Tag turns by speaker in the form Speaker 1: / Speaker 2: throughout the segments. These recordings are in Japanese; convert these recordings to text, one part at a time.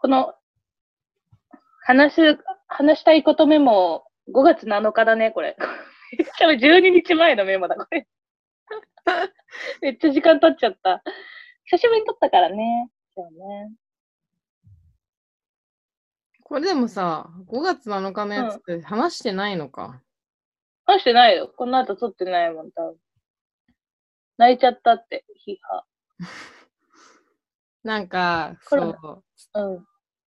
Speaker 1: この話したいことメモ、5月7日だね、これ。多分12日前のメモだ、これ。めっちゃ時間経っちゃった。久しぶりに撮ったからね。そうね。
Speaker 2: これでもさ、5月7日のやつって話してないのか。
Speaker 1: 話してないよ。この後撮ってないもん、多分。泣いちゃったって、ヒハ。
Speaker 2: なんか、
Speaker 1: コロナ。
Speaker 2: そう。
Speaker 1: うん。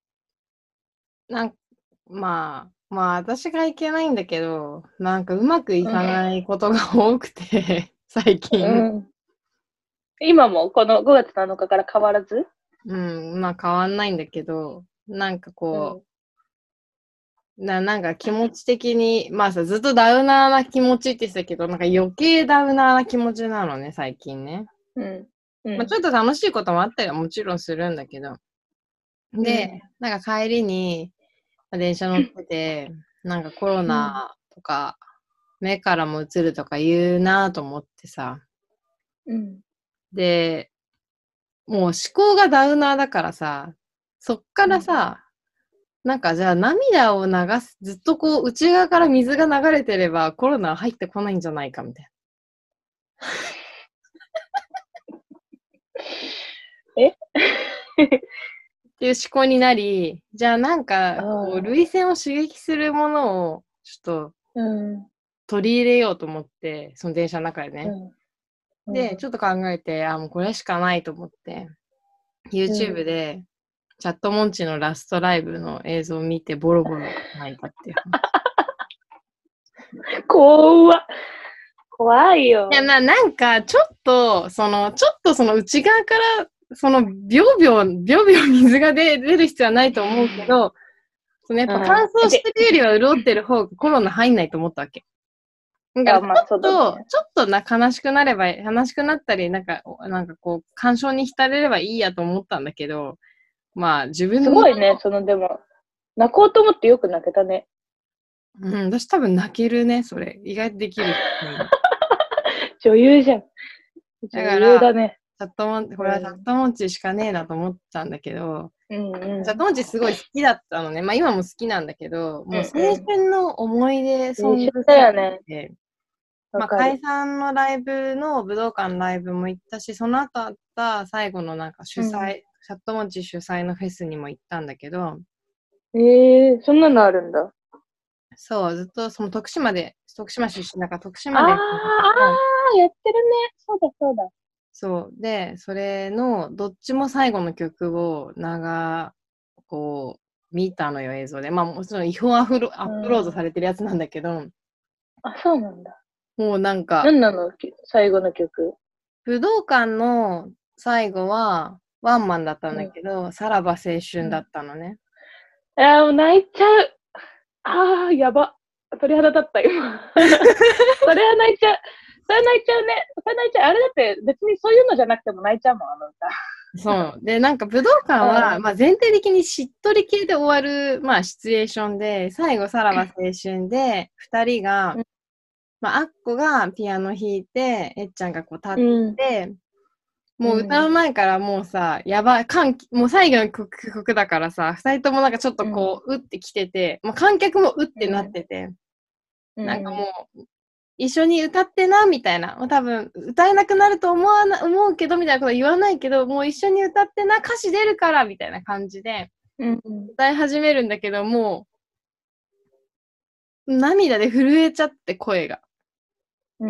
Speaker 2: まあ、私がいけないんだけど、なんかうまくいかないことが多くて、最近。
Speaker 1: うん。今もこの5月7日から変わらず。
Speaker 2: うん、まあ変わんないんだけど、なんか
Speaker 1: うん。
Speaker 2: なんか気持ち的に、まあさ、ずっとダウナーな気持ちって言ってたけど、なんか余計ダウナーな気持ちなのね、最近ね。
Speaker 1: うん。う
Speaker 2: まあちょっ
Speaker 1: ん。
Speaker 2: と楽しいこともあったりはもちろんするんだけど。で、
Speaker 1: うん。
Speaker 2: なんか帰りに、電車乗ってて、なんかコロ
Speaker 1: うん。
Speaker 2: ナとか、目からも映るとか言うなと思ってさ。
Speaker 1: うん。
Speaker 2: で、もう思考がダウナーだからさ、そっか
Speaker 1: うん。
Speaker 2: らさ、なんかじゃあ涙を流す、ずっとこう内側から水が流れてればコロナは入ってこないんじゃないかみたい
Speaker 1: え
Speaker 2: っていう思考になり、じゃあなん
Speaker 1: あ
Speaker 2: かこう
Speaker 1: あ。
Speaker 2: 涙腺を刺激するものをちょっと
Speaker 1: うん。
Speaker 2: 取り入れようと思って、その電車の中でね。
Speaker 1: うん。う
Speaker 2: で、ちょ
Speaker 1: ん。
Speaker 2: っと考えて、もうこれしかないと思って、
Speaker 1: う
Speaker 2: YouTube
Speaker 1: ん。
Speaker 2: でチャットモンチのラストライブの映像を見てボロボロ泣いたっていう話。
Speaker 1: 怖っ。怖い
Speaker 2: いや、
Speaker 1: よ。
Speaker 2: なんか、ちょっとその内側から、ビョビョ水が出る必要はないと思うけど、そのやっ
Speaker 1: う
Speaker 2: ぱ乾
Speaker 1: ん。で、
Speaker 2: 燥してるよりは潤ってる方がコロナ入んないと思ったわけ。だから
Speaker 1: あ、まあそうだね。
Speaker 2: ちょっと悲しくなれば、悲しくなったり、なんかこう、感傷に浸れればいいやと思ったんだけど、まあ自分の、
Speaker 1: すごいね、でも、泣こうと思ってよく泣けたね。
Speaker 2: うん、私多分泣けるね、それ。意外とできる人なんだ。
Speaker 1: 女優じゃん。女
Speaker 2: だから、
Speaker 1: 優だね。
Speaker 2: これはチャットモンチしかねえなと思ったんだけど、
Speaker 1: うんうん。
Speaker 2: チャットモンチすごい好きだったのね。まあ今も好きなんだけど、もう
Speaker 1: うん
Speaker 2: 青
Speaker 1: う
Speaker 2: 春の思い出
Speaker 1: ん。一緒
Speaker 2: ソングすぎ
Speaker 1: だよね。
Speaker 2: て、まあ解
Speaker 1: わかる。
Speaker 2: 散のライブの武道館のライブも行ったし、その後あった最後のなんか
Speaker 1: うん。
Speaker 2: チャットモンチ主催のフェスにも行ったんだけど、
Speaker 1: そんなのあるんだ。
Speaker 2: そう、ずっとその徳島出身だから徳
Speaker 1: あー、
Speaker 2: 島で見たんだけど、
Speaker 1: やってるね。そうだそうだ。
Speaker 2: そう。で、それの、どっちも最後の曲をこ見たのよ、映像で。まあもちろん違法アップロード
Speaker 1: うん。
Speaker 2: されてるやつなんだけど、
Speaker 1: あ、そうなんだ。
Speaker 2: もうなんか、
Speaker 1: 何なの最後の曲。
Speaker 2: 武道館の最後はワンマンだったん
Speaker 1: うん。
Speaker 2: だけど、さらば青春だ
Speaker 1: うん。
Speaker 2: ったのね。
Speaker 1: もう泣いちゃう。あー、やば。鳥肌立った、今。それは泣いちゃう。それは泣いちゃうね。それは泣いちゃう。あれだって別にそういうのじゃなくても泣いちゃうもん、あの歌。
Speaker 2: そう。で、なんか武道館は、
Speaker 1: うん
Speaker 2: まあ前提的にしっとり系で終わる、まあシチュエーションで、最後さらば青春で、二人が、
Speaker 1: うん。
Speaker 2: まあ、アッコがピアノ弾いて、えっちゃんがこう立っ
Speaker 1: うん。
Speaker 2: て、もう歌う
Speaker 1: うん。
Speaker 2: 前からもうさ、やばい、もう最後の曲だからさ、二人ともなんかちょっと
Speaker 1: うん。
Speaker 2: こう、うってきてて、もう観客もうってなっ
Speaker 1: うん。
Speaker 2: てて、なんか
Speaker 1: うん。
Speaker 2: もう、一緒に歌ってな、みたいな。もう多分、歌えなくなると思うけど、みたいなこと言わないけど、もう一緒に歌ってな、歌詞出るから、みたいな感じで、
Speaker 1: うん。
Speaker 2: 歌い始めるんだけど、もう、涙で震えちゃって声が。
Speaker 1: うん。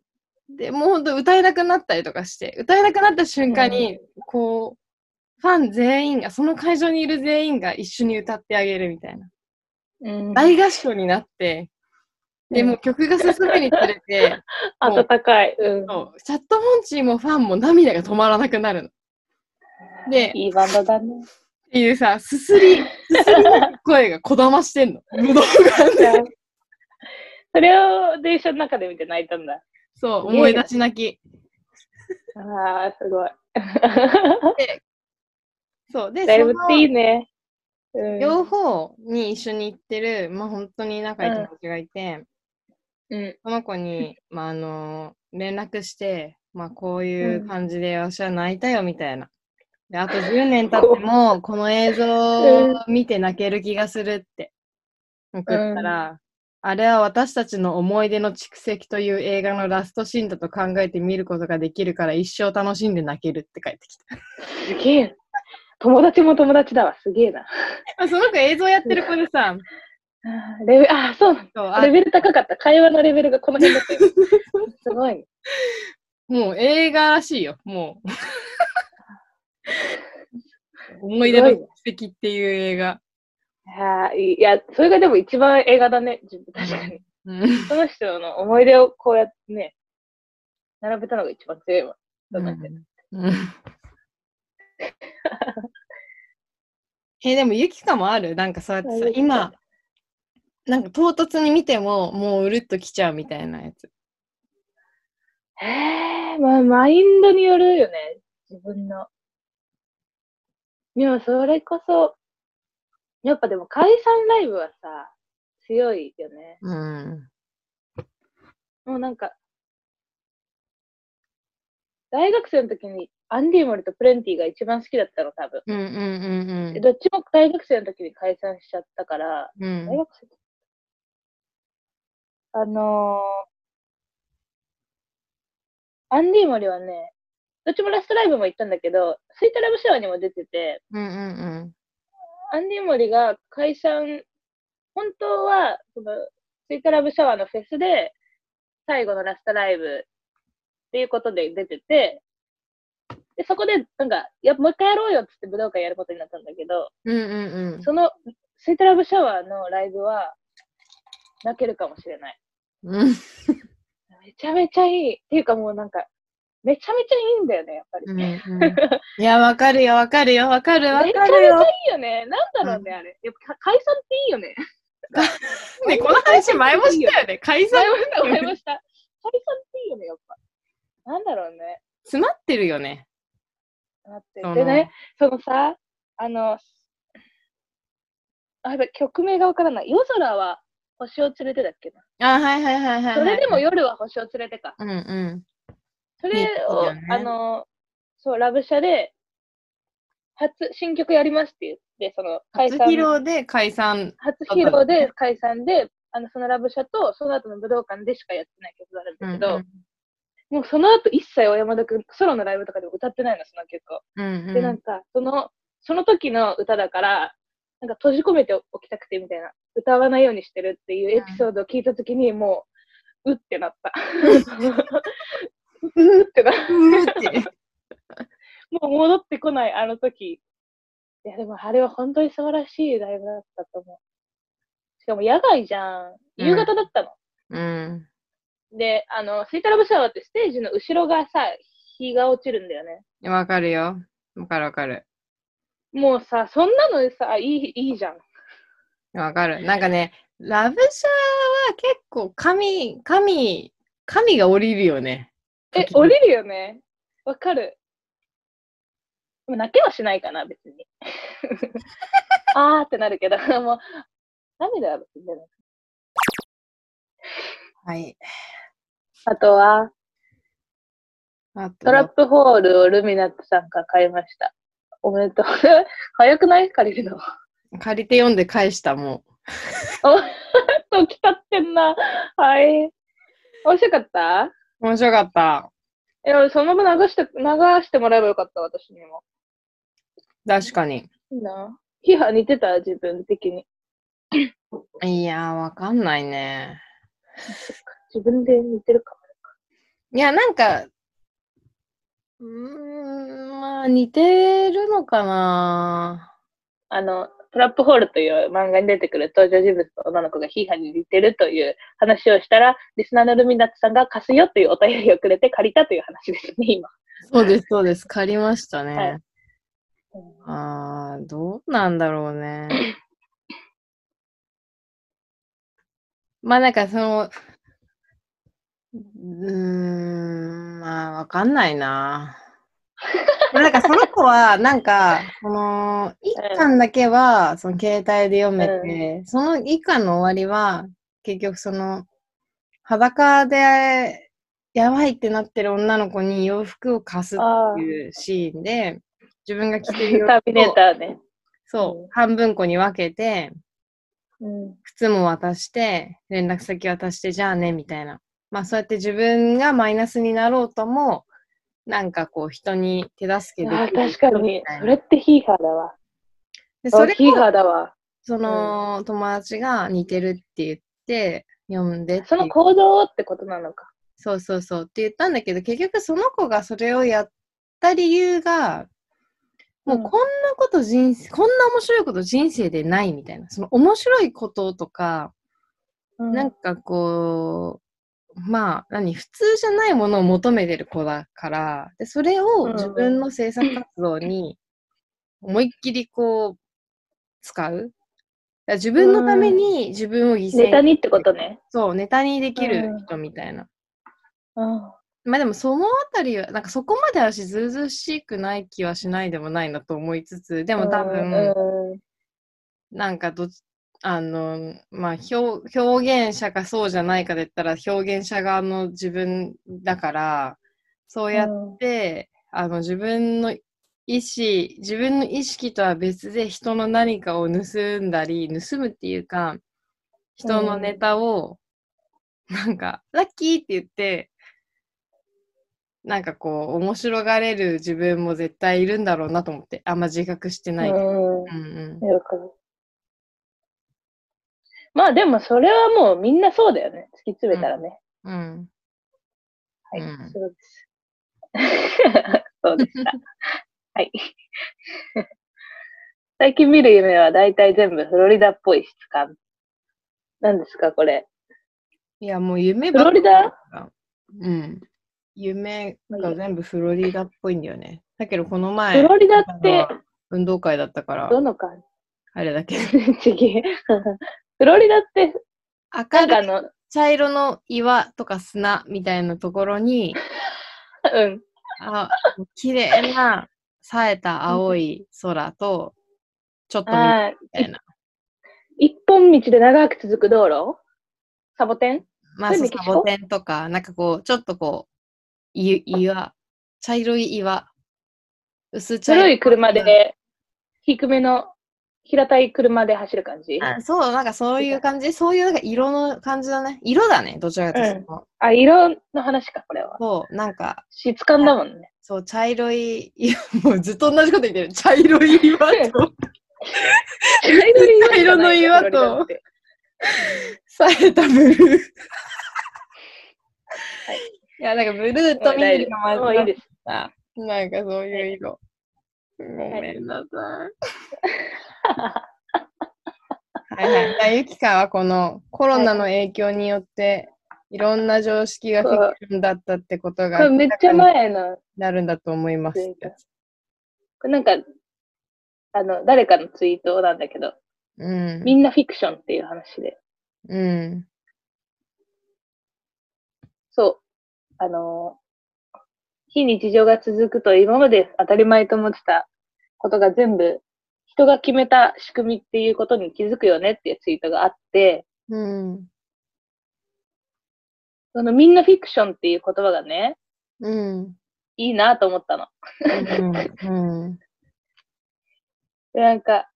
Speaker 2: で、もうほんと歌えなくなったりとかして、歌えなくなった瞬
Speaker 1: うん。
Speaker 2: 間に、こう、ファン全員が、その会場にいる全員が一緒に歌ってあげるみたいな。
Speaker 1: うん。
Speaker 2: 大合唱になって、で、もう
Speaker 1: うん。
Speaker 2: 曲が進むにつれて、もう、
Speaker 1: 温かい。うん。
Speaker 2: チャットモンチーもファンも涙が止まらなくなるの。で、
Speaker 1: いいバンドだね。
Speaker 2: っていうさ、すすり泣く声がこだましてんの。武道館
Speaker 1: いや、
Speaker 2: で。
Speaker 1: それを電車の中で見て泣いたんだ。
Speaker 2: そう、
Speaker 1: すげえな。
Speaker 2: 思い出し泣き。
Speaker 1: ああ、すごい。
Speaker 2: で、そう。で、
Speaker 1: ライブっていいね。うん。
Speaker 2: 両方に一緒に行ってる、まあ本当に仲いい友
Speaker 1: うん。
Speaker 2: 達がいて、
Speaker 1: うん。
Speaker 2: その子に、まあ連絡して、まあこういう
Speaker 1: うん。
Speaker 2: 感じで私は泣いたよみたいな。 で、あと10年経っても、この映像を見て泣ける気がするって送ったら、あれは私たちの思い出の蓄積という映画のラストシーンだと考えて見ることができるから一生楽しんで泣けるって返ってきた。
Speaker 1: すげえ。友達も友達だわ。すげえな。
Speaker 2: その子映像やってる子でさ、
Speaker 1: そうなの。レベル高かった。会話のレベルがこの辺だったよ。すごいね。
Speaker 2: もう映画らしいよ。もう。思い出の奇跡っていう映画。
Speaker 1: いや、それがでも一番映画だね。確かに。その人の思い出をこうやってね、並べたのが一番強いわ。
Speaker 2: でもゆきかもある？なんかそうやってさ、今、なんか唐突に見ても、もううるっときちゃうみたいなやつ。
Speaker 1: まあ、マインドによるよね。自分の。でも、それこそ、やっぱでも解散ライブはさ、強いよね。もうなんか、大学生の時にアンディモリとプレンティが一番好きだったの、多分。どっちも大学生の時に解散しちゃったから、大学生アンディモリはね、どっちもラストライブも行ったんだけど、スイートラブシャワーにも出てて、アンディモリが解散、本当は、その、スイートラブシャワーのフェスで、最後のラストライブっていうことで出てて、で、そこで、なんか、もう一回やろうよっつって武道館やることになったんだけど、その、スイートラブシャワーのライブは、泣けるかもしれない。めちゃめちゃいい。っていうかもうなんか、めちゃめちゃいいんだよね、やっぱり。
Speaker 2: いや、わかるよ、わかるよ、わかるよ。
Speaker 1: めちゃめちゃいいよね。なんだろうね、あれ。やっぱ解散っていいよね。
Speaker 2: ね、この話前もしたよね。解散
Speaker 1: 前もした。解散っていいよね、やっぱ。なんだろうね。
Speaker 2: 詰まってるよね。
Speaker 1: でね、そのさ、曲名がわからない。夜空は星を連れてだっけな。それでも夜は星を連れてか。それを、そう、ラブシャで、新曲やりますって言って、その
Speaker 2: 解散。初披露で解散。
Speaker 1: 初披露で解散で、そのラブシャと、その後の武道館でしかやってない曲があるんだけど、もうその後一切小山田くん、ソロのライブとかでも歌ってないの、その曲を。で、なんか、その時の歌だから、なんか閉じ込めておきたくてみたいな、歌わないようにしてるっていうエピソードを聞いた時に、もう、うってなった。うってなった。もう戻ってこない、あの時。いや、でもあれは本当に素晴らしいライブだったと思う。しかも野外じゃん。夕方だったの。で、スイートラブシャワーってステージの後ろがさ、日が落ちるんだよね。
Speaker 2: わかるよ。わかるわかる。
Speaker 1: もうさ、そんなのさ、いいじゃん。
Speaker 2: わかる。なんかね、ラブシャーは結構神が降りるよね。
Speaker 1: 降りるよね。わかる。でも泣けはしないかな、別に。あーってなるけど、もう、涙は別に出ない。
Speaker 2: はい。
Speaker 1: あとは、トラップホールをルミナットさんから買いました。おめでとう。早くない借りるの。
Speaker 2: 借りて読んで返した、も
Speaker 1: う。おっと、来たってんな。はい。面白かった？
Speaker 2: 面白かった。
Speaker 1: いや、そのまま流してもらえばよかった、私にも。
Speaker 2: 確かに。
Speaker 1: いいな。ヒハ似てた、自分的に。
Speaker 2: いや、わかんないね。
Speaker 1: 自分で似てるかも。
Speaker 2: いや、なんか、まあ、似てるのかな。
Speaker 1: トラップホールという漫画に出てくる登場人物の女の子がヒーハに似てるという話をしたら、リスナーのルミナッツさんが貸すよというお便りをくれて借りたという話ですね、今。
Speaker 2: そうです、そうです。借りましたね。はい、どうなんだろうね。まあなんかまあわかんないな。なんかその子は、なんか、一巻だけは、その携帯で読めて、その一巻の終わりは、結局裸でやばいってなってる女の子に洋服を貸すっていうシーンで、 自分が着てる洋
Speaker 1: ターミネー
Speaker 2: 服を、
Speaker 1: ターね。
Speaker 2: そう、半分こに分けて、
Speaker 1: うん。
Speaker 2: 靴も渡して、連絡先渡して、じゃあね、みたいな。まあそうやって自分がマイナスになろうとも、なんかこう人に手助けで
Speaker 1: ああ、
Speaker 2: きる人み
Speaker 1: 確かに。
Speaker 2: たいな。
Speaker 1: それってヒーハーだわ。
Speaker 2: で、それ
Speaker 1: ヒーハ
Speaker 2: を、
Speaker 1: ーだわ。
Speaker 2: その友達が似てるって言って、読んでっ
Speaker 1: その
Speaker 2: ていう。
Speaker 1: 行動ってことなのか。
Speaker 2: そうそうそうって言ったんだけど、結局その子がそれをやった理由が、もうこんなことこんな面白いこと人生でないみたいな。その面白いこととか、なんかこう、まあ、普通じゃないものを求めてる子だから、で、それを自分の制作活動に思いっきりこう、使う。自分のために自分を犠牲に
Speaker 1: ネタにってことね。
Speaker 2: そう、ネタにできる人みたいな。まあでもそのあたりは、なんかそこまで私ずうずうしくない気はしないでもないなと思いつつ、でも多分、なんかまあ表現者かそうじゃないかで言ったら表現者側の自分だから、そうやって、自分の意識とは別で人の何かを盗んだり、盗むっていうか、人のネタを、なんか、ラッキーって言って、なんかこう、面白がれる自分も絶対いるんだろうなと思って、あんま自覚してないけど。
Speaker 1: よく。まあでもそれはもうみんなそうだよね。突き詰めたらね。
Speaker 2: うん。
Speaker 1: はい、そうです。そうでした。はい。最近見る夢は大体全部フロリダっぽい質感。何ですか、これ。
Speaker 2: いや、もう夢
Speaker 1: フロリダ？
Speaker 2: うん。夢が全部フロリダっぽいんだよね。だけどこの
Speaker 1: フ
Speaker 2: 前、
Speaker 1: ロリダって、
Speaker 2: 運動会だったから、
Speaker 1: どの感
Speaker 2: あれだけど。
Speaker 1: じフロリダって、
Speaker 2: 明るい茶色の岩とか砂みたいなところに、綺麗な冴えた青い空と、ちょっと緑みたいな。
Speaker 1: 一本道で長く続く道路？サボテン？
Speaker 2: まあそう、サボテンとか、なんかこう、ちょっとこう、岩、茶色い岩、薄茶色い。
Speaker 1: 黒い車で、低めの平たい車で走る感じ？
Speaker 2: そう、なんかそういう感じ、そういうなんか色の感じだね。色だね、どちらかというと。
Speaker 1: 色の話か、これは。
Speaker 2: そう、なんか。
Speaker 1: 質感だもんね。
Speaker 2: そう、茶色い、もうずっと同じこと言ってる。茶色い岩と、茶色の岩と、冴えたブルー。はい。いや、なんかブルーと緑が混ざったなんかそういう色。ごめんなさい。はいはい。じゃあ、ゆきかはこのコロナの影響によって、いろんな常識がフィクションだったってことが
Speaker 1: これめっちゃ前の
Speaker 2: なるんだと思います。
Speaker 1: これなんか、誰かのツイートなんだけど、みんなフィクションっていう話で。そう。非日常が続くと今まで当たり前と思ってたことが全部人が決めた仕組みっていうことに気づくよねっていうツイートがあって、そのみんなフィクションっていう言葉がね、いいなと思ったの。で、なんか、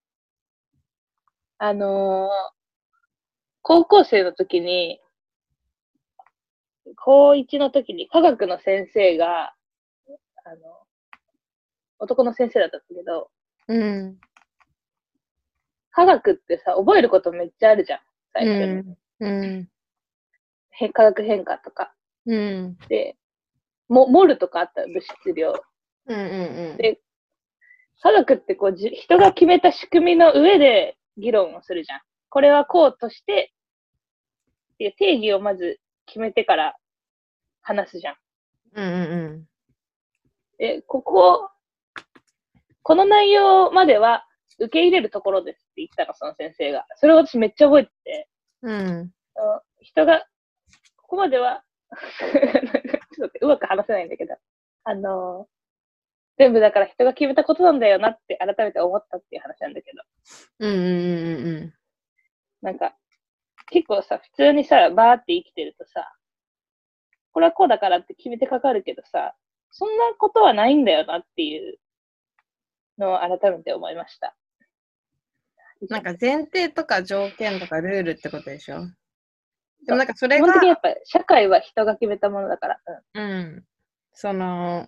Speaker 1: 高校生の時に、高1の時に科学の先生が、男の先生だったんだけど、科学ってさ、覚えることめっちゃあるじゃん、最初に。化学変化とか。で、モルとかあった物質量。で、科学ってこう人が決めた仕組みの上で議論をするじゃん。これはこうとして、っていう定義をまず決めてから話すじゃん。で、この内容までは受け入れるところですって言ったの、その先生が。それを私めっちゃ覚えてて。人が、ここまではちょっとうまく話せないんだけど、全部だから人が決めたことなんだよなって改めて思ったっていう話なんだけど。なんか、結構さ、普通にさ、バーって生きてるとさ、これはこうだからって決めてかかるけどさ、そんなことはないんだよなっていうのを改めて思いました。
Speaker 2: なんか前提とか条件とかルールってことでしょ。でもなんかそれ
Speaker 1: 基本
Speaker 2: が、
Speaker 1: 的にやっぱり社会は人が決めたものだから。
Speaker 2: その、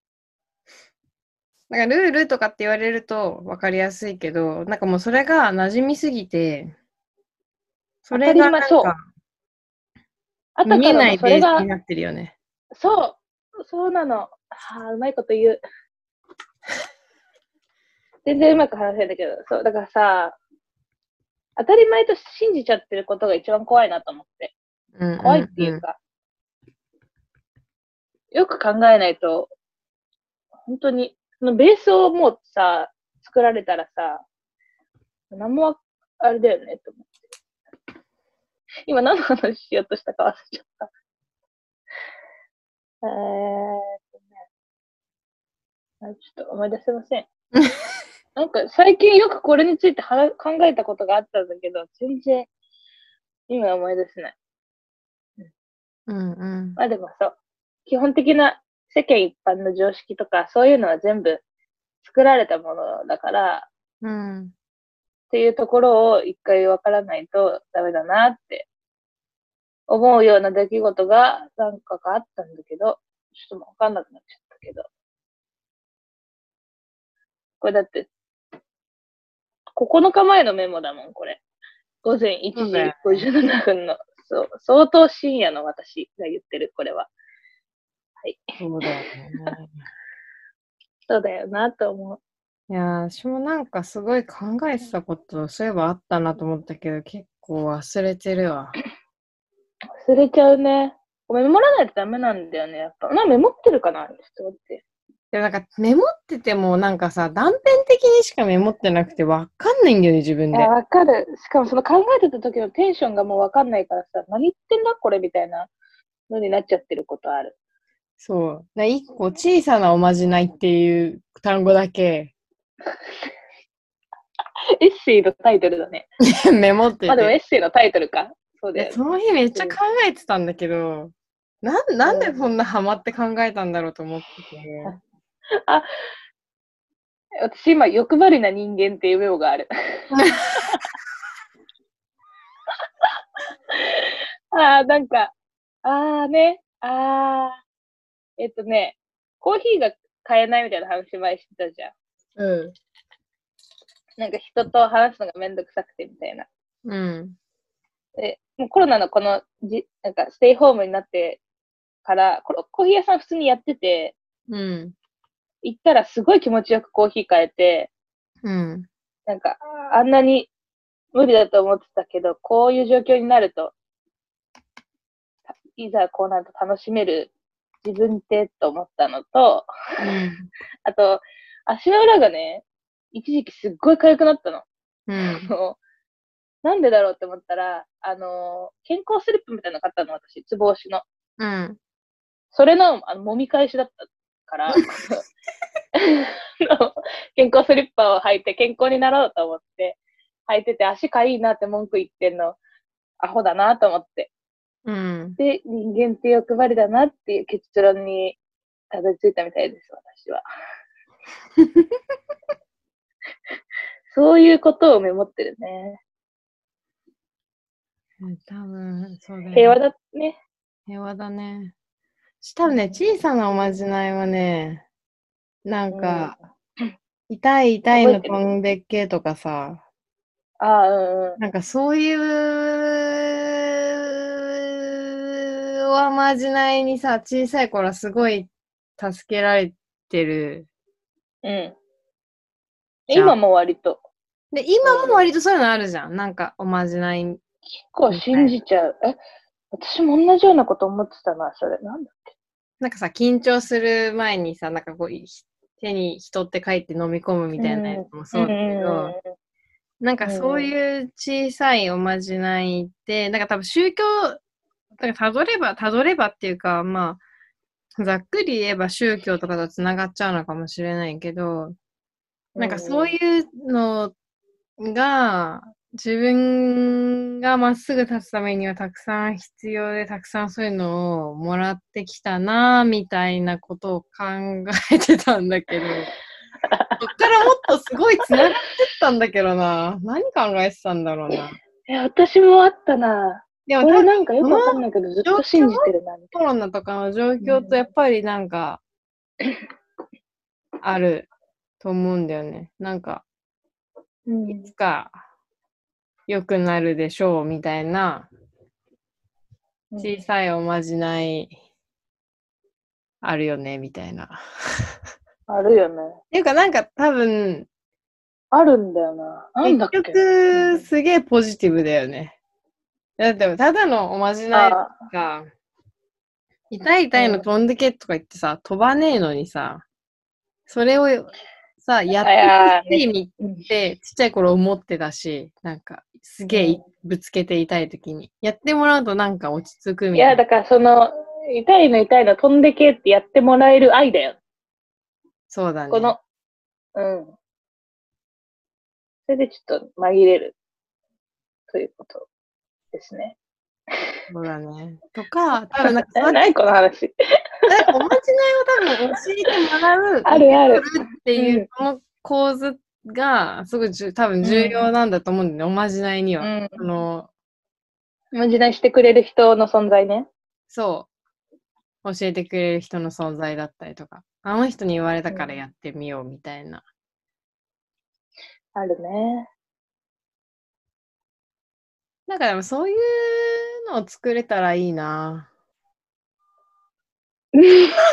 Speaker 2: なんかルールとかって言われると分かりやすいけど、なんかもうそれが馴染みすぎて、それがなんか
Speaker 1: あた
Speaker 2: 見えな
Speaker 1: かのも
Speaker 2: いベースに
Speaker 1: それが、
Speaker 2: なってるよね。
Speaker 1: そうなの。うまいこと言う。全然うまく話せんだけど、そう、だからさ、当たり前と信じちゃってることが一番怖いなと思って。怖いっていうか、よく考えないと、本当に、そのベースをもうさ、作られたらさ、何もあれだよね、と思って。今何の話しようとしたか忘れちゃった。ちょっと思い出せません。なんか最近よくこれについて考えたことがあったんだけど、全然今思い出せない。まあでもそう、基本的な世間一般の常識とか、そういうのは全部作られたものだから、っていうところを一回わからないとダメだなって思うような出来事が何かあったんだけど、ちょっともうわかんなくなっちゃったけど。これだって、9日前のメモだもん、これ。午前1時57分の。そう、相当深夜の私が言ってる、これは。はい。
Speaker 2: そうだよね。
Speaker 1: そうだよなと思う。
Speaker 2: いやー、私もなんかすごい考えてたこと、そういえばあったなと思ったけど、結構忘れてるわ。
Speaker 1: 忘れちゃうね。メモらないとダメなんだよね、やっぱ。メモってるかなちょっと待って。
Speaker 2: でもなんかメモっててもなんかさ、断片的にしかメモってなくてわかんないんだよね、自分で。
Speaker 1: わかる。しかもその考えてた時のテンションがもうわかんないからさ、何言ってんだこれみたいなのになっちゃってることある。
Speaker 2: そう。一個小さなおまじないっていう単語だけ
Speaker 1: エッセイのタイトルだね。
Speaker 2: メモって
Speaker 1: でもエ
Speaker 2: て。
Speaker 1: ッセイのタイトルか。そうだよね。
Speaker 2: その日めっちゃ考えてたんだけど、なんでそんなハマって考えたんだろうと思ってて。
Speaker 1: あ、私今欲張りな人間っていうメモがある。なんか、ね、コーヒーが買えないみたいな話前してたじゃん。なんか人と話すのがめんどくさくてみたいな。もうコロナのこのなんかステイホームになってから、コーヒー屋さん普通にやってて、行ったらすごい気持ちよくコーヒー買えて、なんか、あんなに無理だと思ってたけど、こういう状況になると、いざこうなると楽しめる自分ってと思ったのと、あと、足の裏がね、一時期すっごい痒くなったの。なんでだろうって思ったら、健康スリップみたいなの買ったの、私、つぼ押しの。それの、揉み返しだったから、健康スリッパを履いて健康になろうと思って、履いてて足かいいなって文句言ってんの、アホだなと思って。で、人間って欲張りだなっていう結論にたどり着いたみたいです、私は。そういうことをメモってるね。
Speaker 2: 多分、そうだよね。
Speaker 1: 平和だね。
Speaker 2: 平和だね。多分ね、小さなおまじないはね、なんか、痛いの飛んでっけとかさ、なんかそういうおまじないにさ、小さい頃はすごい助けられてる。
Speaker 1: 今も割と。
Speaker 2: で、今も割とそういうのあるじゃん。なんかおまじない。結
Speaker 1: 構信じちゃう。私も同じようなこと思ってたな、それ。なんだっけ。
Speaker 2: なんかさ、緊張する前にさ、なんかこう、手に人って書いて飲み込むみたいなやつもそうだけど、なんかそういう小さいおまじないって、なんか多分宗教、たどればっていうか、まあ、ざっくり言えば宗教とかと繋がっちゃうのかもしれないけど、なんかそういうのが、自分がまっすぐ立つためにはたくさん必要で、たくさんそういうのをもらってきたな、みたいなことを考えてたんだけど。 そっからもっとすごい繋がってったんだけどな。何考えてたんだろうな。
Speaker 1: 私もあったな。
Speaker 2: でも
Speaker 1: これ
Speaker 2: 多分
Speaker 1: なんかよくわかんないけど、ずっと信じてるな、みたい
Speaker 2: コロナとかの状況とやっぱりなんか、あると思うんだよね。なんか、
Speaker 1: な。
Speaker 2: いつか良くなるでしょうみたいな小さいおまじないあるよね、みたいな。
Speaker 1: あるよね。
Speaker 2: っていうかなんか多分、
Speaker 1: あるんだよな。なんだっ
Speaker 2: 結
Speaker 1: け。
Speaker 2: 局すげえポジティブだよね。だってただのおまじない
Speaker 1: あ
Speaker 2: が、痛い痛いの飛んでけとか言ってさ、飛ばねえのにさ、それをさ、やって
Speaker 1: あ、いや
Speaker 2: ほしい
Speaker 1: ね。
Speaker 2: ってちっちゃい頃思ってたし、なんかすげえぶつけて痛い時に。やってもらうとなんか落ち着く
Speaker 1: いや、
Speaker 2: みたいな。
Speaker 1: だからその、痛いの痛いの飛んでけってやってもらえる愛だよ。
Speaker 2: そうだね。
Speaker 1: この、うん。それでちょっと紛れるということですね。
Speaker 2: そうだね。とか、多分なんか
Speaker 1: 何この話。
Speaker 2: なんかおまじないを多分教えてもらう、
Speaker 1: あるある。
Speaker 2: っていうこの構図がすごい多分重要なんだと思うんだよね、おまじないには。
Speaker 1: おまじないしてくれる人の存在ね。
Speaker 2: そう。教えてくれる人の存在だったりとか、あの人に言われたからやってみようみたいな。
Speaker 1: あるね。
Speaker 2: なんかでもそういうのを作れたらいいな。
Speaker 1: どう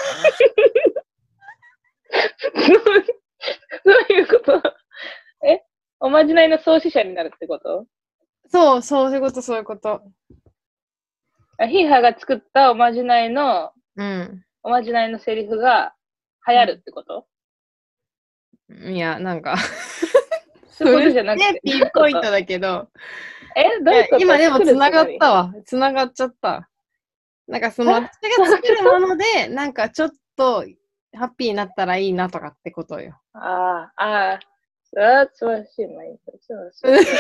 Speaker 1: いうことおまじないの創始者になるってこと？
Speaker 2: そういうこと、そういうこと。
Speaker 1: ヒーハーが作ったおまじないの、
Speaker 2: うん。
Speaker 1: おまじないのセリフが流行るってこと？
Speaker 2: いや、なんか
Speaker 1: そういうことじゃなくて。
Speaker 2: ピンポイントだけど、
Speaker 1: どういうこと
Speaker 2: 今でも繋がっ
Speaker 1: 作る
Speaker 2: たわ。繋がっちゃった。なんかその私が作るもので、なんかちょっとハッピーになったらいいなとかってことよ。
Speaker 1: ああ、それは素晴らしい。まあいいそれは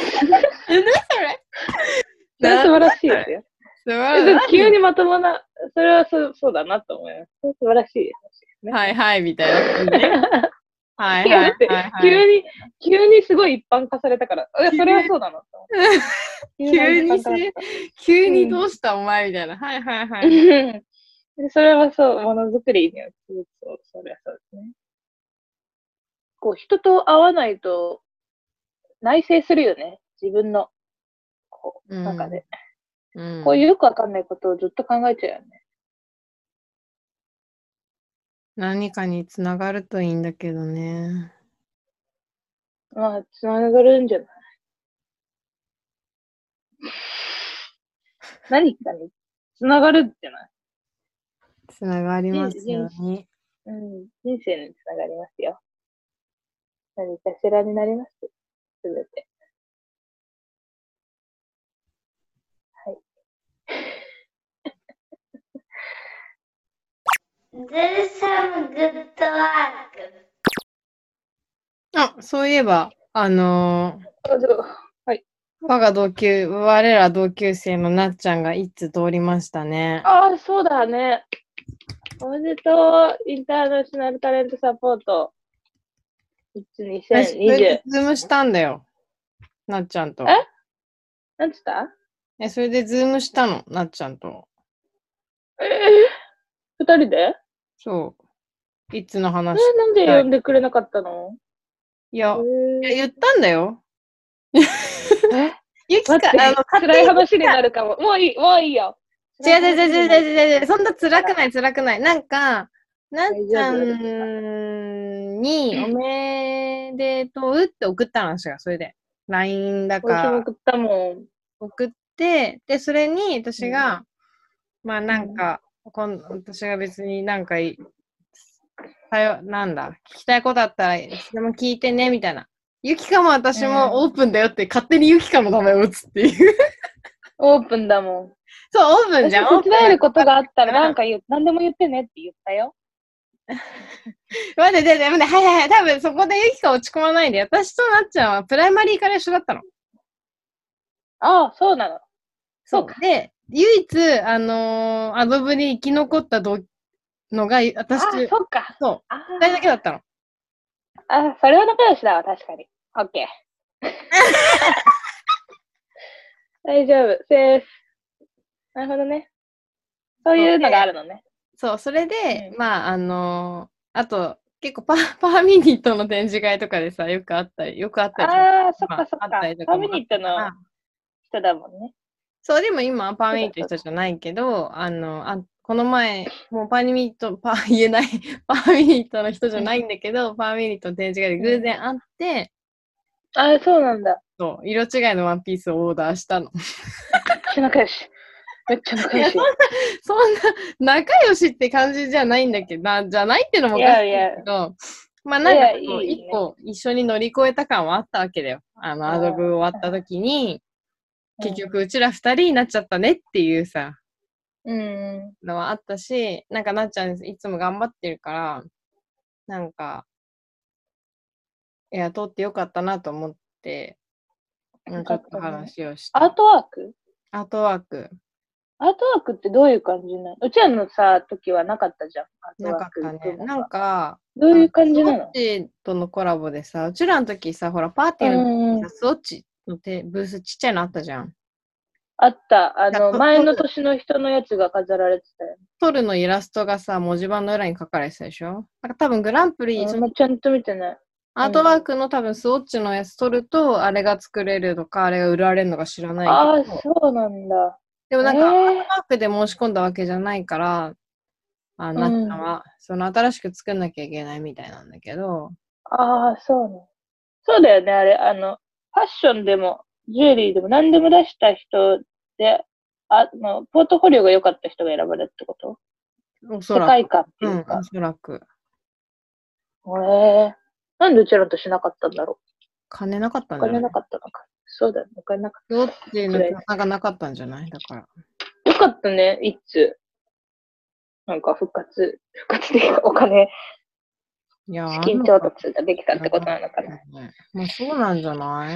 Speaker 1: 素晴らしいですよ。急にまともな、それはそうだなと思います。素晴らしいですね。
Speaker 2: はいはい、みたいな感じね。はいはい。
Speaker 1: 急にすごい一般化されたから、それはそうだなと思って。
Speaker 2: 急にどうしたお前みたいな。はいはいはい。
Speaker 1: それはそう、ものづくりにはそれはそうですね。こう、人と会わないと内省するよね。自分の、中で。こういうよくわかんないことをずっと考えちゃうよね。
Speaker 2: 何かにつながるといいんだけどね。
Speaker 1: まあ、つながるんじゃない？何かにつながるんじゃない？
Speaker 2: つながりますよね。
Speaker 1: 人生につながりますよ。何かしらになります。すべて。はい。
Speaker 2: Do some good work. あ、そういえば、
Speaker 1: はい。
Speaker 2: 我ら同級生のなっちゃんがいつ通りましたね。
Speaker 1: ああ、そうだね。おめでとう、インターナショナルタレントサポート。2020。
Speaker 2: ズームしたんだよ。なっちゃんと。
Speaker 1: なんつった？
Speaker 2: それでズームしたの、なっちゃんと。
Speaker 1: 二人で？
Speaker 2: そう。いつの話。
Speaker 1: なんで呼んでくれなかったの？
Speaker 2: いや、言ったんだよ。
Speaker 1: ゆきか、辛い話になるかも。もういいよ。
Speaker 2: 違う。そんな辛くない。なんか、なっちゃんにおめでとうって送ったんですよ、それで。LINE だか。
Speaker 1: 私も送ったもん。
Speaker 2: 送って、で、それに私が、まあなんか、私が別になんかなんだ、聞きたいことあったら、それも聞いてね、みたいな。ゆきかも私もオープンだよって、勝手にゆきかの名前を打つっていう。
Speaker 1: オープンだもん。
Speaker 2: そう、オープンじゃん。
Speaker 1: 手伝えることがあったら、何でも言ってねって言ったよ。
Speaker 2: 待って、はい。多分そこでゆきか落ち込まないで、私となっちゃんはプライマリーから一緒だったの。
Speaker 1: ああ、そうなの。
Speaker 2: そうか。で、唯一、アドブに生き残ったのが、私と、
Speaker 1: そうか。
Speaker 2: そう、2人だけだったの。
Speaker 1: あ、それは仲良しだわ、確かに。オッケー。大丈夫、セーフ。なるほどね。そういうのがあるのね。
Speaker 2: そう、それで、まあ、あと、結構パーミニットの展示会とかでさ、よくあったりとか、
Speaker 1: ああ、そっ
Speaker 2: まあ、
Speaker 1: かそっか。
Speaker 2: あったりと
Speaker 1: ファミ
Speaker 2: かもあっ
Speaker 1: リーとの
Speaker 2: たから、
Speaker 1: 人だもんね。
Speaker 2: そう、でも今はパーミニットの
Speaker 1: そうだ
Speaker 2: 人じゃないけど、この前、もう言えない、パーミニットの人じゃないんだけど、パーミニットの展示会で偶然会って、
Speaker 1: ああ、そうなんだ。
Speaker 2: そう、色違いのワンピースをオーダーしたの。
Speaker 1: めっちゃ仲良し。めっちゃ仲良し。
Speaker 2: そんな仲良しって感じじゃないんだけど、じゃないってのも
Speaker 1: い
Speaker 2: おかしい
Speaker 1: やいや、
Speaker 2: けど、まあ
Speaker 1: いや、い
Speaker 2: こう、一
Speaker 1: いね。
Speaker 2: 個一緒に乗り越えた感はあったわけだよ。アドブ終わった時に、結局うちら二人になっちゃったねっていうさ、
Speaker 1: うん。
Speaker 2: のはあったし、なっちゃんいつも頑張ってるから、なんか、通ってよかったなと思って、ちょっと話をした。
Speaker 1: アートワーク
Speaker 2: アートワーク。
Speaker 1: アートワークってどういう感じなの？うちらのさ、時はなかったじゃん。アート
Speaker 2: な
Speaker 1: ワーク
Speaker 2: かったね。
Speaker 1: 部門が。
Speaker 2: ス
Speaker 1: どういう感じ
Speaker 2: ウォッ
Speaker 1: なの？
Speaker 2: チとのコラボでさ、うちらの時さ、ほら、パーティーの時にさ、スウォッチのブースちっちゃいのあったじゃん。
Speaker 1: あった。前の
Speaker 2: トル、
Speaker 1: 年の人のやつが飾られてたよ。
Speaker 2: トルのイラストがさ、文字盤の裏に書かれてたでしょ。多分グランプリ、その
Speaker 1: ちゃんと見てない。
Speaker 2: アートワークの多分スウォッチのやつ取ると、あれが作れるのか、あれが売られるのか知らないけ
Speaker 1: ああ、
Speaker 2: ど、
Speaker 1: そうなんだ。
Speaker 2: でもアート
Speaker 1: ええ
Speaker 2: ワークで申し込んだわけじゃないから、なっちゃんは、その新しく作んなきゃいけないみたいなんだけど、
Speaker 1: ああ、そうね。そうだよね、あれ。ファッションでも、ジュエリーでも何でも出した人で、ポートフォリオが良かった人が選ばれるってこと？
Speaker 2: おそらく。
Speaker 1: 世界観っていう
Speaker 2: お
Speaker 1: か。
Speaker 2: そらく。
Speaker 1: なんでうちらとしなかったんだろ
Speaker 2: 金なかった
Speaker 1: う。お金な
Speaker 2: んじゃない？
Speaker 1: かったのか。そうだよね、お金なかっ
Speaker 2: どっち
Speaker 1: た。
Speaker 2: の
Speaker 1: 辛い。
Speaker 2: 許可がなかったんじゃないだから。
Speaker 1: よかったね、いつ。なんか復活できたお金、
Speaker 2: いや、
Speaker 1: 資金
Speaker 2: あんのか
Speaker 1: 調達ができたってことなのかな。
Speaker 2: ね。まあそうなんじゃない？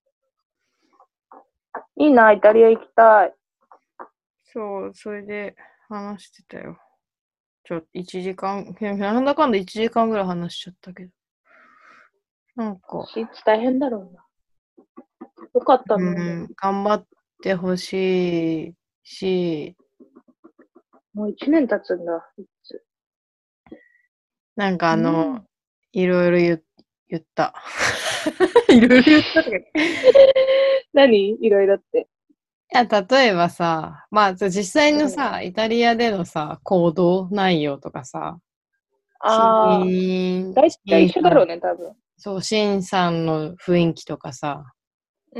Speaker 1: いいな、イタリア行きたい。
Speaker 2: そう、それで話してたよ。1時間、なんだかんだ1時間ぐらい話しちゃったけど。なんか、
Speaker 1: シーツ大変だろうな。よかったね。
Speaker 2: 頑張ってほしいし、
Speaker 1: もう1年経つんだ。いつ
Speaker 2: なんか
Speaker 1: うん
Speaker 2: いろいろ言った。いろいろ言ったとか。い
Speaker 1: 何いろいろって。
Speaker 2: や、例えばさ、まあ、実際のさ、イタリアでのさ、行動内容とかさ、
Speaker 1: ああ、だいたい一緒だろうね、多分。
Speaker 2: そう、シンさんの雰囲気とかさ、
Speaker 1: うん。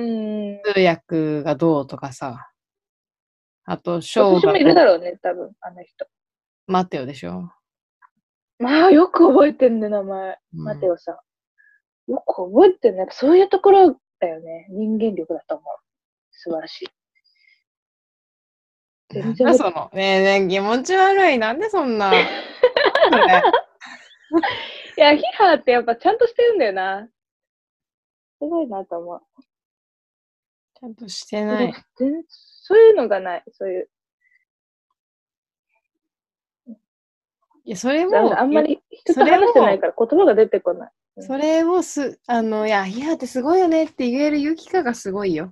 Speaker 2: 通訳がどうとかさ、あと、ショー
Speaker 1: 私もいる
Speaker 2: がどう、
Speaker 1: だろうね、多分、あの人。
Speaker 2: マテオでしょ。
Speaker 1: まあ、よく覚えてんね、名前。
Speaker 2: うん。
Speaker 1: マテオさん。よく覚えてんね。そういうところだよね。人間力だと思う。素晴らしい。
Speaker 2: なん
Speaker 1: 全然覚えて
Speaker 2: だその、ねえねえ、気持ち悪い。なんでそんな、それ。
Speaker 1: いや、ヒハーってやっぱちゃんとしてるんだよな。すごいなと思う。
Speaker 2: ちゃんとして
Speaker 1: でも、
Speaker 2: ない。
Speaker 1: 全然、そういうのがない。そういう。
Speaker 2: いや、それ
Speaker 1: ダメだ。
Speaker 2: も、
Speaker 1: あんまり人
Speaker 2: それ
Speaker 1: と話してない
Speaker 2: も、
Speaker 1: から言葉が出てこない。
Speaker 2: それをいや、ヒヤってすごいよねって言えるユキカがすごいよ。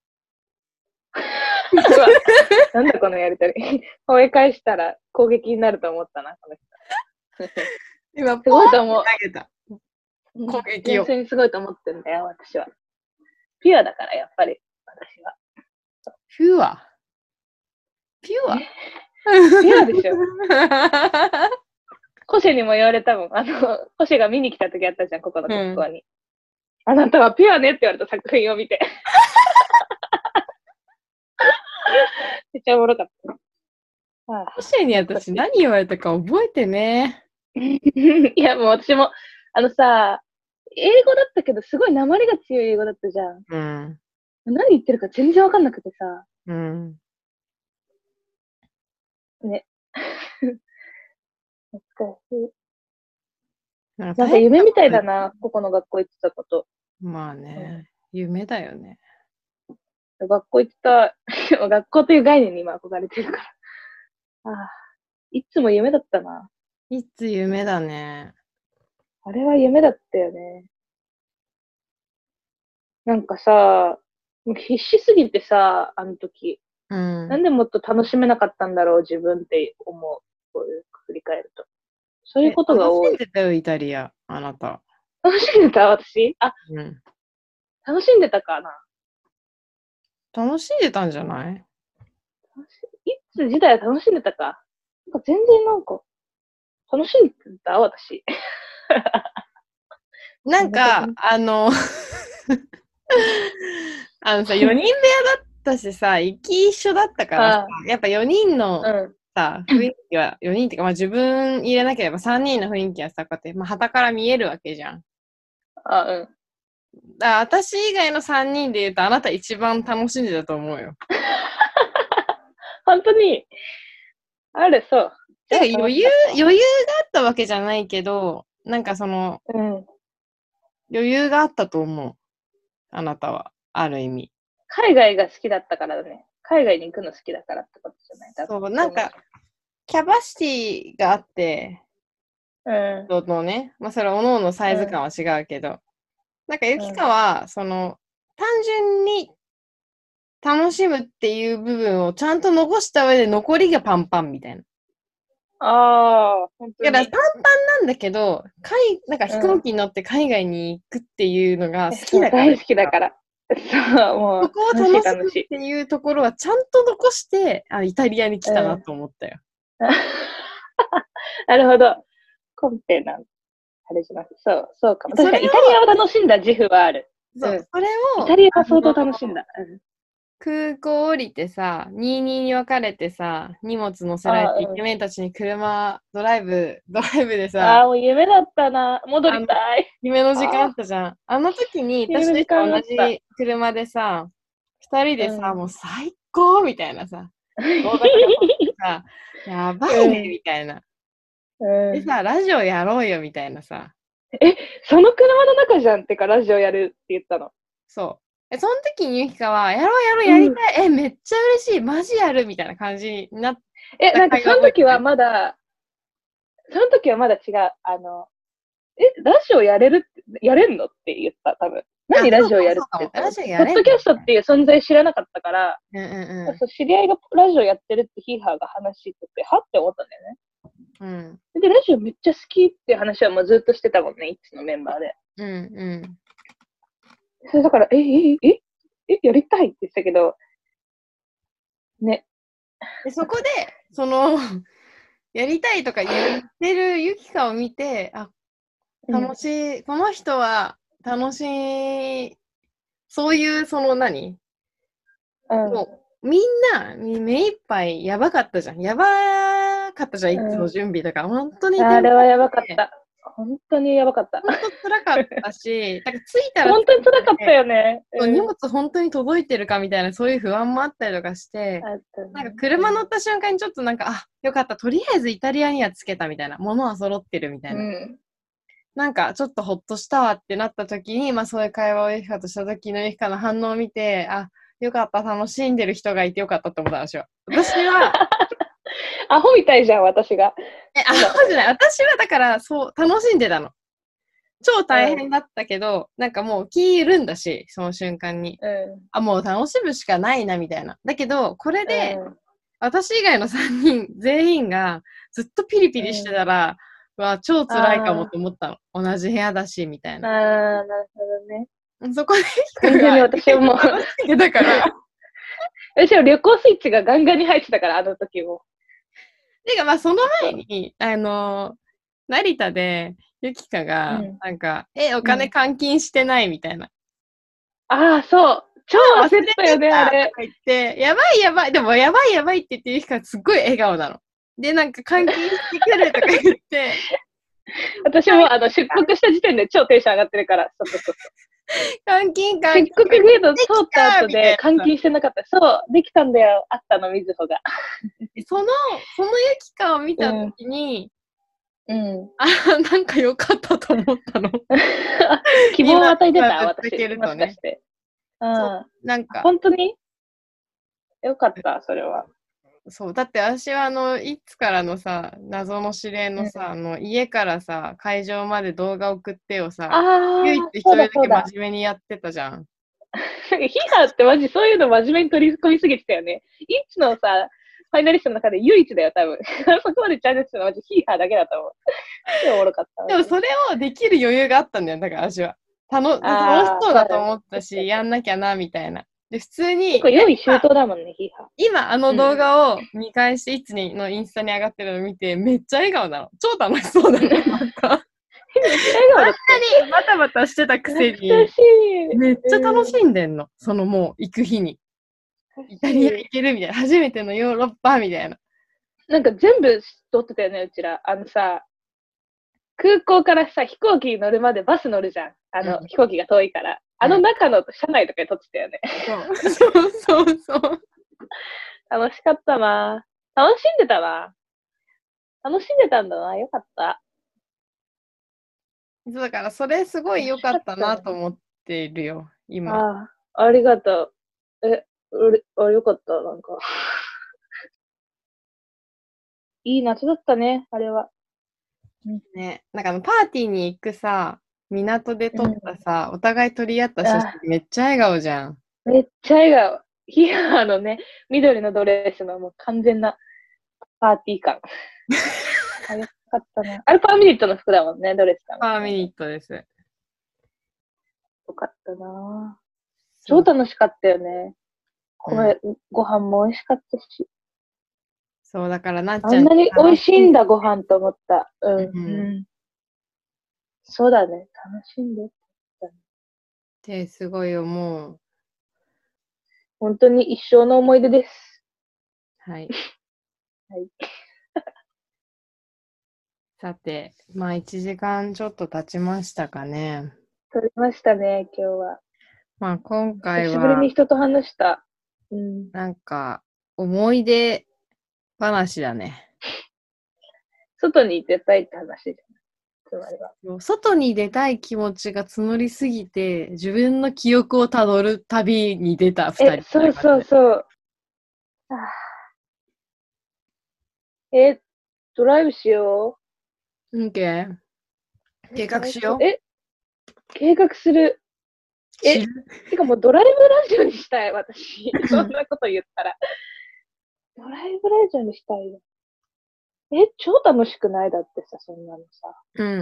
Speaker 1: うわ、なんだこのやりとり。吠え返したら攻撃になると思ったな、この人。
Speaker 2: 今、
Speaker 1: すごいと思う。
Speaker 2: 投げた。攻撃を。
Speaker 1: 純粋にすごいと思ってんだよ、私は。ピュアだから、やっぱり、私は。
Speaker 2: ピュア。ピュア。
Speaker 1: ピュアでしょ。コシェにも言われたもん。コシェが見に来た時あったじゃん、ここの学校に。あなたはピュアねって言われた作品を見て。めっちゃおもろかった。
Speaker 2: コシェに私何言われたか覚えてね。
Speaker 1: いや、もう私も、さ、英語だったけど、すごい訛りが強い英語だったじゃん。
Speaker 2: うん。
Speaker 1: 何言ってるか全然わかんなくてさ。
Speaker 2: うん。
Speaker 1: ね。懐かしい。
Speaker 2: なん
Speaker 1: なんか夢みたいだな、ここの学校行ってたこと。
Speaker 2: まあね、夢だよね。
Speaker 1: 学校行ってた、学校という概念に今憧れてるから。ああ、いつも夢だったな。
Speaker 2: いつ夢だね。
Speaker 1: あれは夢だったよね。なんかさ、もう必死すぎてさ、あの時。
Speaker 2: うん。
Speaker 1: なんでもっと楽しめなかったんだろう、自分って思う。こういう振り返ると。そういうことが
Speaker 2: 楽
Speaker 1: 多い。
Speaker 2: しんでたよ、イタリア、あなた。
Speaker 1: 楽しんでた私あ、
Speaker 2: うん。
Speaker 1: 楽しんでたかな
Speaker 2: 楽しんでたんじゃない？
Speaker 1: いつ自体は楽しんでたか。なんか全然なんか、楽しんでた私。
Speaker 2: なんか、
Speaker 1: なるほどね。
Speaker 2: 4人部屋だったしさ、行き一緒だったからさ、
Speaker 1: あ
Speaker 2: やっぱ4人の
Speaker 1: あ、
Speaker 2: さ、雰囲気は、4人っていうか、まあ自分入れなければ3人の雰囲気はさ、こうやって、まあ旗から見えるわけじゃん。
Speaker 1: うん。
Speaker 2: だから私以外の3人で言うと、あなた一番楽しんでたと思うよ。
Speaker 1: 本当に、ある、そう。じゃあ
Speaker 2: てか
Speaker 1: 楽しかったわ。
Speaker 2: 余裕があったわけじゃないけど、なんかその、
Speaker 1: うん。
Speaker 2: 余裕があったと思う。あなたは。ある意味。
Speaker 1: 海外が好きだったからだね。海外に行くの好きだからってことじゃない多分。
Speaker 2: そう、なんか、
Speaker 1: そう思っちゃ
Speaker 2: キャパシティがあって、
Speaker 1: う。うん。
Speaker 2: 人のね、まあそれは各々のサイズ感
Speaker 1: うん。
Speaker 2: は違うけど、なんかゆきか
Speaker 1: うん。
Speaker 2: は、単純に楽しむっていう部分をちゃんと残した上で残りがパンパンみたいな。
Speaker 1: ああ、本当
Speaker 2: だから
Speaker 1: に。
Speaker 2: パンパンなんだけど、なんか飛行
Speaker 1: うん。
Speaker 2: 機に乗って海外に行くっていうのが好き
Speaker 1: そう、
Speaker 2: だから、
Speaker 1: 大好きだから。そう、も
Speaker 2: そこを
Speaker 1: う、楽しい
Speaker 2: 楽しむっ
Speaker 1: 楽しい。
Speaker 2: ていうところはちゃんと残して、イタリアに来たな
Speaker 1: うん。
Speaker 2: と思ったよ。
Speaker 1: なるほど。コンペな、あれします。そう、そうかも。確
Speaker 2: それを、
Speaker 1: かにイタリアを楽しんだ自負はある。
Speaker 2: そう、
Speaker 1: うん。
Speaker 2: それ
Speaker 1: イタ
Speaker 2: を、
Speaker 1: リアは相当楽しんだ。うん。
Speaker 2: 空港降りてさ、22に分かれてさ、荷物乗せられ
Speaker 1: ああ、
Speaker 2: てイケ
Speaker 1: うん。
Speaker 2: メンたちにドライブでさ、
Speaker 1: ああ、もう夢だったな。戻
Speaker 2: あの、
Speaker 1: りたい。
Speaker 2: 夢の時間あ
Speaker 1: ああ、
Speaker 2: ったじゃん。あの時に、
Speaker 1: 夢の時
Speaker 2: 私たちと同
Speaker 1: 間あった。
Speaker 2: じ車でさ、二人でさ、
Speaker 1: うん。
Speaker 2: もう最高みたいなさ、動画とか撮ってさ、やばいね
Speaker 1: うん。
Speaker 2: みたいな。
Speaker 1: うん。
Speaker 2: でさ、ラジオやろうよみたいなさ、
Speaker 1: え、その車の中じゃんってか、ラジオやるって言ったの。
Speaker 2: そう。その時にゆきかは、やろうやろう
Speaker 1: うん。
Speaker 2: やりたい、めっちゃ嬉しい、マジやるみたいな感じになっ
Speaker 1: なんか
Speaker 2: た会
Speaker 1: その時は
Speaker 2: 話覚えてる？
Speaker 1: まだ、その時はまだ違う。ラジオやれるって、やれんのって言った、多分。
Speaker 2: あ、
Speaker 1: 何ラジオやる
Speaker 2: そうかも。
Speaker 1: って多分。
Speaker 2: ラジオや
Speaker 1: ポッドキャ
Speaker 2: れんのみたい
Speaker 1: ストっていう存在知らなかったから、
Speaker 2: な。うん
Speaker 1: そう知り合いがラジオやってるってヒーハーが話してて、はって思ったんだよね。
Speaker 2: うんうん。
Speaker 1: で、ラジオめっちゃ好きっていう話はもうずっとしてたもんね、いつのメンバーで。
Speaker 2: うんうん。
Speaker 1: それだから、やりたいって言ってたけど、ね。
Speaker 2: で、そこで、やりたいとか言ってるゆきかを見て、
Speaker 1: うん。
Speaker 2: 楽しい、この人は楽しい、そういう、
Speaker 1: うん。
Speaker 2: もみんな、目いっぱいやばかったじゃん。やばかったじゃん、いつも
Speaker 1: う
Speaker 2: 準備とか。本当
Speaker 1: ん。
Speaker 2: にテンパっ
Speaker 1: あれはやばかっ
Speaker 2: て、
Speaker 1: た。本当にやばかった。
Speaker 2: 本当辛かったし、だから着いたら着
Speaker 1: 本当に
Speaker 2: いた
Speaker 1: 辛かった
Speaker 2: で、
Speaker 1: よね。
Speaker 2: そう荷
Speaker 1: うん。
Speaker 2: 物本当に届いてるかみたいな、そういう不安もあったりとかして、
Speaker 1: あったね。
Speaker 2: なんか車乗った瞬間にちょっとなんか、よかった、とりあえずイタリアには着けたみたいな、物は揃ってるみたいな。
Speaker 1: うん。
Speaker 2: なんかちょっとほっとしたわってなった時に、まあそういう会話をゆきかとした時のゆきかの反応を見て、よかった、楽しんでる人がいてよかったって思ったんですよ。私は、
Speaker 1: アホみたいじゃん、私が。
Speaker 2: そうじゃない。私はだから、そう、楽しんでたの。超大
Speaker 1: うん。
Speaker 2: 変だったけど、なんかもう気緩んだし、その瞬間に。
Speaker 1: うん。
Speaker 2: もう楽しむしかないな、みたいな。だけど、これで、
Speaker 1: うん。
Speaker 2: 私以外の3人全員がずっとピリピリして
Speaker 1: うん。
Speaker 2: たら、超辛いかもっ
Speaker 1: あ
Speaker 2: て思ったの。同じ部屋だし、みたい
Speaker 1: あ、
Speaker 2: な。
Speaker 1: ああ、なるほどね。
Speaker 2: そこで人
Speaker 1: 完全に
Speaker 2: が意
Speaker 1: 私はもう
Speaker 2: 外と楽しんでたから。
Speaker 1: 私は旅行スイッチがガンガンに入ってたから、あの時も。
Speaker 2: てか、まあ、その
Speaker 1: そう。
Speaker 2: 前に、成田で、ゆきかが、
Speaker 1: うん。
Speaker 2: なんか、お金
Speaker 1: うん。
Speaker 2: 換金してないみたいな。
Speaker 1: ああ、そう。超
Speaker 2: 忘れて
Speaker 1: 焦ったよね、あれ。
Speaker 2: たとか言って、やばいやばい、でもやばいやばいって言ってゆきかすっごい笑顔なの。で、なんか換金してくるとか言って、
Speaker 1: 私も出国した時点で超テンション上がってるから、そうそうそう。
Speaker 2: 換金換
Speaker 1: 出国
Speaker 2: 金
Speaker 1: ゲート
Speaker 2: でき
Speaker 1: 通った後
Speaker 2: たみたい
Speaker 1: で換
Speaker 2: なさ。
Speaker 1: 金してなかった。そう、できたんだよ。あったの、みずほが。
Speaker 2: そのゆきかを見たと
Speaker 1: うん。
Speaker 2: きに、
Speaker 1: うん。
Speaker 2: なんか良かったと思ったの。
Speaker 1: 希望を与えてた、
Speaker 2: 今ぶっつけ
Speaker 1: 私。も
Speaker 2: るとね。
Speaker 1: しかして。うん。
Speaker 2: そう、なんか、
Speaker 1: 本当によかった、それは。
Speaker 2: そう。だって私はいつからのさ、謎の指令のさ、家からさ、会場まで動画送ってをさ、唯一
Speaker 1: ああ、
Speaker 2: 一人
Speaker 1: そうだ
Speaker 2: だけ真
Speaker 1: そうだ。
Speaker 2: 面目にやってたじゃん。
Speaker 1: ヒーハーってマジそういうの真面目に取り込みすぎてたよね。イッチのさ、ファイナリストの中で唯一だよ、多分。そこまでチャレンジするのはマジヒーハーだけだと思う。でもおもろかった。
Speaker 2: でもそれをできる余裕があったんだよ、だから私は。楽し
Speaker 1: ああ、
Speaker 2: そうだと思ったし、
Speaker 1: そうだね。
Speaker 2: やんなきゃな、みたいな。で、普通に、
Speaker 1: 結構用意周到だもんね、ヒーハ
Speaker 2: 今あ
Speaker 1: ー。
Speaker 2: の動画を見返して、いつにのインスタに上がってるのを見て、めっちゃ笑顔なの。超楽しそうだね。なんか、
Speaker 1: めっちゃ笑顔だった。
Speaker 2: あんなにバタバタしてたくせに、
Speaker 1: 懐かしい。
Speaker 2: めっちゃ楽しんでんの。そのもう行く日に。イタリア行けるみたいな。初めてのヨーロッパみたいな。
Speaker 1: なんか全部撮ってたよね、うちら。空港からさ、飛行機に乗るまでバス乗るじゃん。飛行機が遠いから。中の車内とかで撮ってたよね。
Speaker 2: そうそうそう。
Speaker 1: 楽しかったな。楽しんでたな。楽しんでたんだな。よかった。
Speaker 2: だからそれすごい良かったなと思ってるよ、今。
Speaker 1: ああ、ありがとう。よかった、なんか。いい夏だったね、あれは。
Speaker 2: ね、なんかパーティーに行くさ、港で撮ったさ、お互い撮り合った写真めっちゃ笑顔じゃん。
Speaker 1: めっちゃ笑顔。ヒアのね、緑のドレスのもう完全なパーティー感。あ、よかったな。あれパーミニットの服だもんね、ドレスだもん、ね。
Speaker 2: パーミニットです。
Speaker 1: よかったな。超楽しかったよね。ご飯も美味しかったし。
Speaker 2: そう、だからなっちゃん
Speaker 1: あんなに美味しいんだ、ご飯と思った。そうだね、楽しんでたね。
Speaker 2: ってすごい思う。
Speaker 1: 本当に一生の思い出です。
Speaker 2: はい。
Speaker 1: はい。
Speaker 2: さて、まあ1時間ちょっと経ちましたかね。
Speaker 1: 撮りましたね、今日は。
Speaker 2: まあ今回
Speaker 1: 久しぶりに
Speaker 2: は、
Speaker 1: 人と話した。
Speaker 2: なんか、思い出話だね。
Speaker 1: 外に出たいって話じゃない。つまりは。
Speaker 2: 外に出たい気持ちが募りすぎて、自分の記憶をたどる旅に出た2人、
Speaker 1: そうそうそう。ドライブしよ
Speaker 2: う。計画しよう。
Speaker 1: 計画する。てかもうドライブラジオにしたい、私。そんなこと言ったら。ドライブラジオにしたいよ。超楽しくないだってさ、そんなのさ。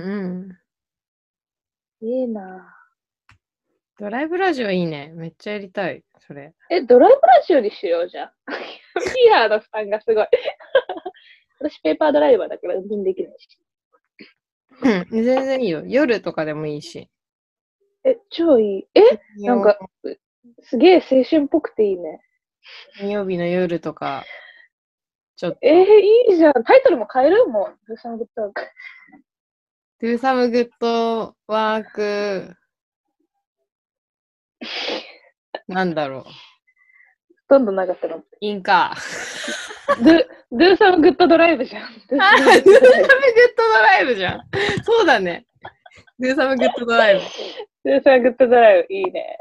Speaker 1: いいなぁ。
Speaker 2: ドライブラジオいいね。めっちゃやりたい、それ。
Speaker 1: ドライブラジオにしようじゃん。ヒーハーの負担がすごい。私ペーパードライバーだから運転できないし。
Speaker 2: 全然いいよ。夜とかでもいいし。
Speaker 1: 超いい。なんか、すげえ青春っぽくていいね。
Speaker 2: 金曜日の夜とか、ちょっと。
Speaker 1: いいじゃん。タイトルも変えるもん。ドゥーサムグッドワーク。
Speaker 2: ドゥーサムグッドワーク、なんだろう。
Speaker 1: どんどん長くなって。
Speaker 2: インカ
Speaker 1: ー。ドゥーサムグッドドライブじゃん。
Speaker 2: ドゥーサムグッドドライブじゃん。そうだね。ドゥーサムグッドドライブ。
Speaker 1: ドゥーサムグッドドライブ、いいね。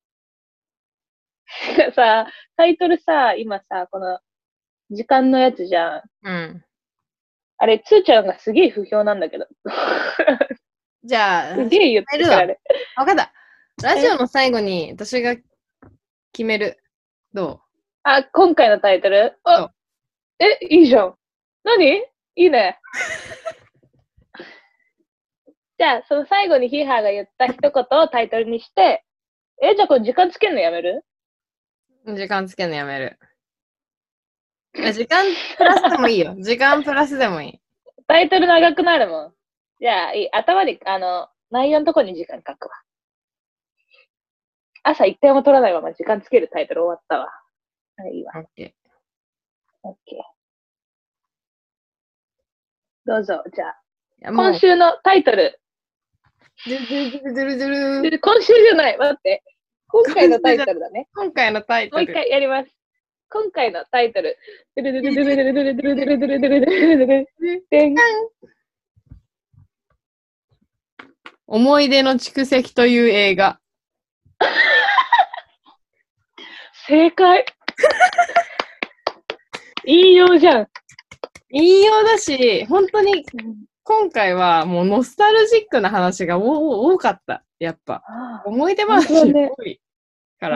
Speaker 1: さ、タイトルさ、今さ、この、時間のやつじゃん。あれ、つーちゃんがすげえ不評なんだけど。
Speaker 2: じゃあ、
Speaker 1: すげえ言ってるからね。
Speaker 2: わかった。ラジオの最後に私が決める。ど
Speaker 1: う？今回のタイトル？いいじゃん。何？いいね。じゃあ、その最後にヒーハーが言った一言をタイトルにして、じゃあこれ時間つけるのやめる？
Speaker 2: 時間つけるのやめる。時間プラスでもいいよ。時間プラスでもいい。
Speaker 1: タイトル長くなるもん。じゃあ、頭に、内容のとこに時間書くわ。朝一回も取らないまま時間つけるタイトル終わったわ。いいわ。
Speaker 2: OK。
Speaker 1: どうぞ、じゃあ。今週のタイトル。今週じゃない。待って。今回のタイトルだね。
Speaker 2: 今回のタイトル。
Speaker 1: もう一回やります。今回のタイトル。
Speaker 2: 思い出の蓄積という映画。
Speaker 1: 正解。 いいようじゃん。
Speaker 2: 言いようだし、本当に今回はもうノスタルジックな話が多かった。やっぱ。思い出話が多いから、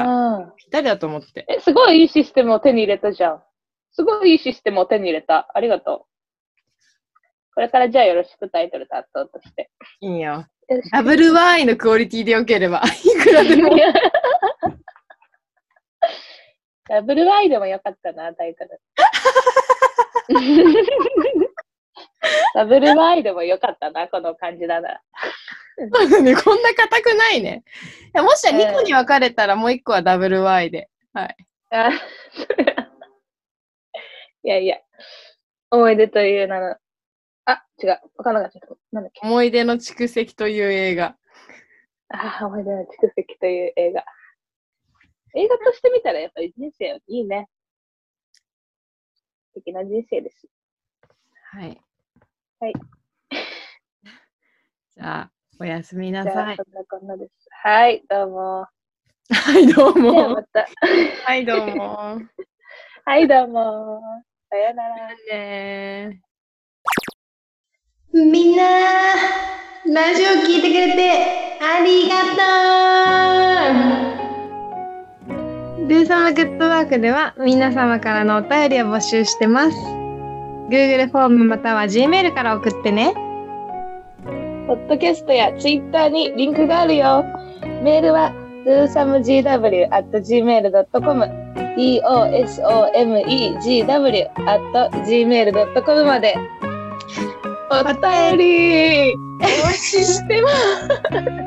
Speaker 2: ぴったりだと思って。
Speaker 1: すごいいいシステムを手に入れたじゃん。すごいいいシステムを手に入れた。ありがとう。これからじゃあよろしくタイトル担当として。
Speaker 2: いいよ。ダブル Y のクオリティでよければ、いくらでも。
Speaker 1: ダブル Y でもよかったな、タイトル。ダブル Y でもよかったな、この感じだな。
Speaker 2: ね、こんな硬くないね。もし2個に分かれたらもう1個はダブル Y で。はい。
Speaker 1: いやいや、思い出という名の。あ、違う。分からなかった。なんだっけ。
Speaker 2: 思い出の蓄積という映画。
Speaker 1: 思い出の蓄積という映画。映画として見たらやっぱり人生いいね。素敵な人生です。
Speaker 2: はい。
Speaker 1: はい。
Speaker 2: じゃあ、おやすみなさい。
Speaker 1: そんなこんなです。はい、どうも。
Speaker 2: はい、どうも。
Speaker 1: ではまた。
Speaker 2: はい、どうも。
Speaker 1: はい、どうも。さよなら。
Speaker 2: ね
Speaker 3: みんな、ラジオ聞いてくれてありがとう。ルーサムグッドワークでは皆様からのお便りを募集してます。Google フォームまたは Gmail から送ってね。
Speaker 1: ポッドキャストや Twitter にリンクがあるよ。メールは dosamegw@gmail.com dosomegw@gmail.com までお便りお待ちしてます。